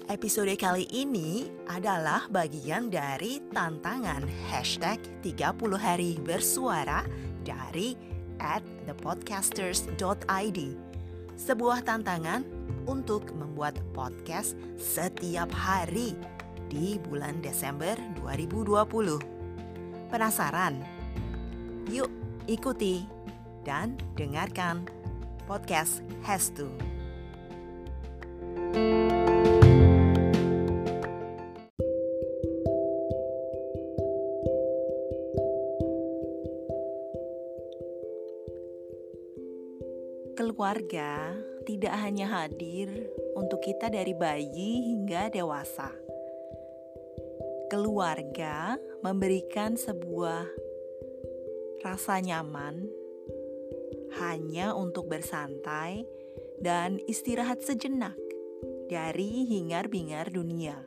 Episode kali ini adalah bagian dari tantangan hashtag 30 hari bersuara dari @thepodcasters.id. Sebuah tantangan untuk membuat podcast setiap hari di bulan Desember 2020. Penasaran? Yuk ikuti dan dengarkan podcast Hestu. Keluarga tidak hanya hadir untuk kita dari bayi hingga dewasa. Keluarga memberikan sebuah rasa nyaman hanya untuk bersantai dan istirahat sejenak dari hingar-bingar dunia.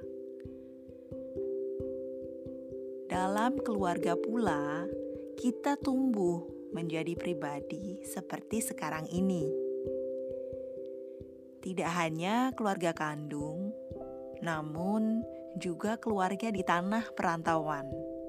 Dalam keluarga pula, kita tumbuh menjadi pribadi seperti sekarang ini. Tidak hanya keluarga kandung, namun juga keluarga di tanah perantauan.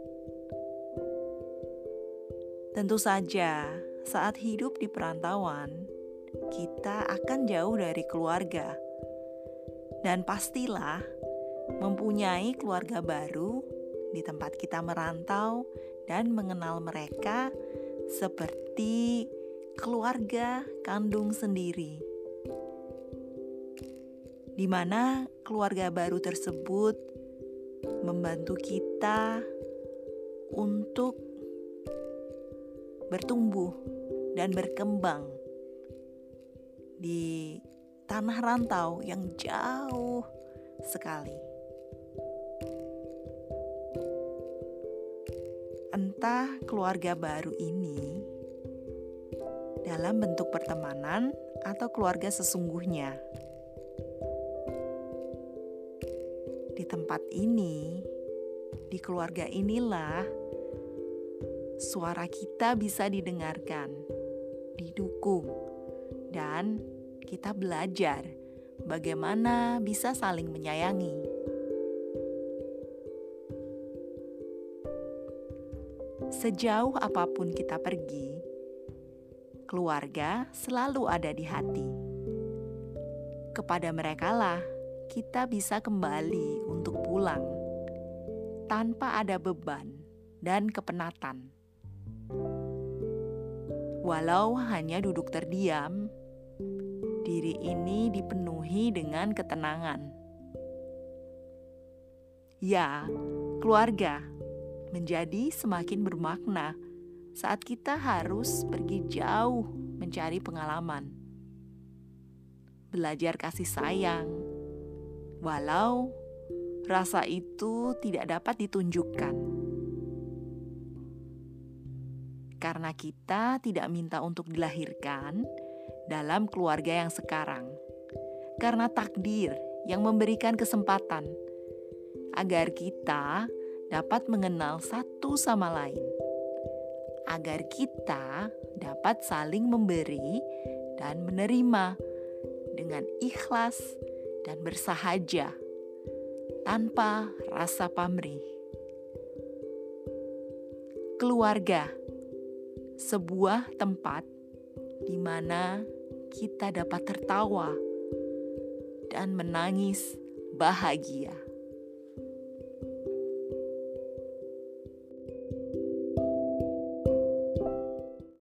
Tentu saja, saat hidup di perantauan, kita akan jauh dari keluarga. Dan pastilah mempunyai keluarga baru di tempat kita merantau dan mengenal mereka seperti keluarga kandung sendiri, di mana keluarga baru tersebut membantu kita untuk bertumbuh dan berkembang di tanah rantau yang jauh sekali. Entah keluarga baru ini dalam bentuk pertemanan atau keluarga sesungguhnya. Di tempat ini, di keluarga inilah suara kita bisa didengarkan, didukung, dan kita belajar bagaimana bisa saling menyayangi. Sejauh apapun kita pergi, keluarga selalu ada di hati. Kepada merekalah kita bisa kembali untuk pulang tanpa ada beban dan kepenatan. Walau hanya duduk terdiam, diri ini dipenuhi dengan ketenangan. Ya, keluarga menjadi semakin bermakna saat kita harus pergi jauh mencari pengalaman. Belajar kasih sayang, walau rasa itu tidak dapat ditunjukkan. Karena kita tidak minta untuk dilahirkan dalam keluarga yang sekarang. Karena takdir yang memberikan kesempatan agar kita dapat mengenal satu sama lain, agar kita dapat saling memberi dan menerima dengan ikhlas dan bersahaja tanpa rasa pamrih. Keluarga, sebuah tempat di mana kita dapat tertawa dan menangis bahagia.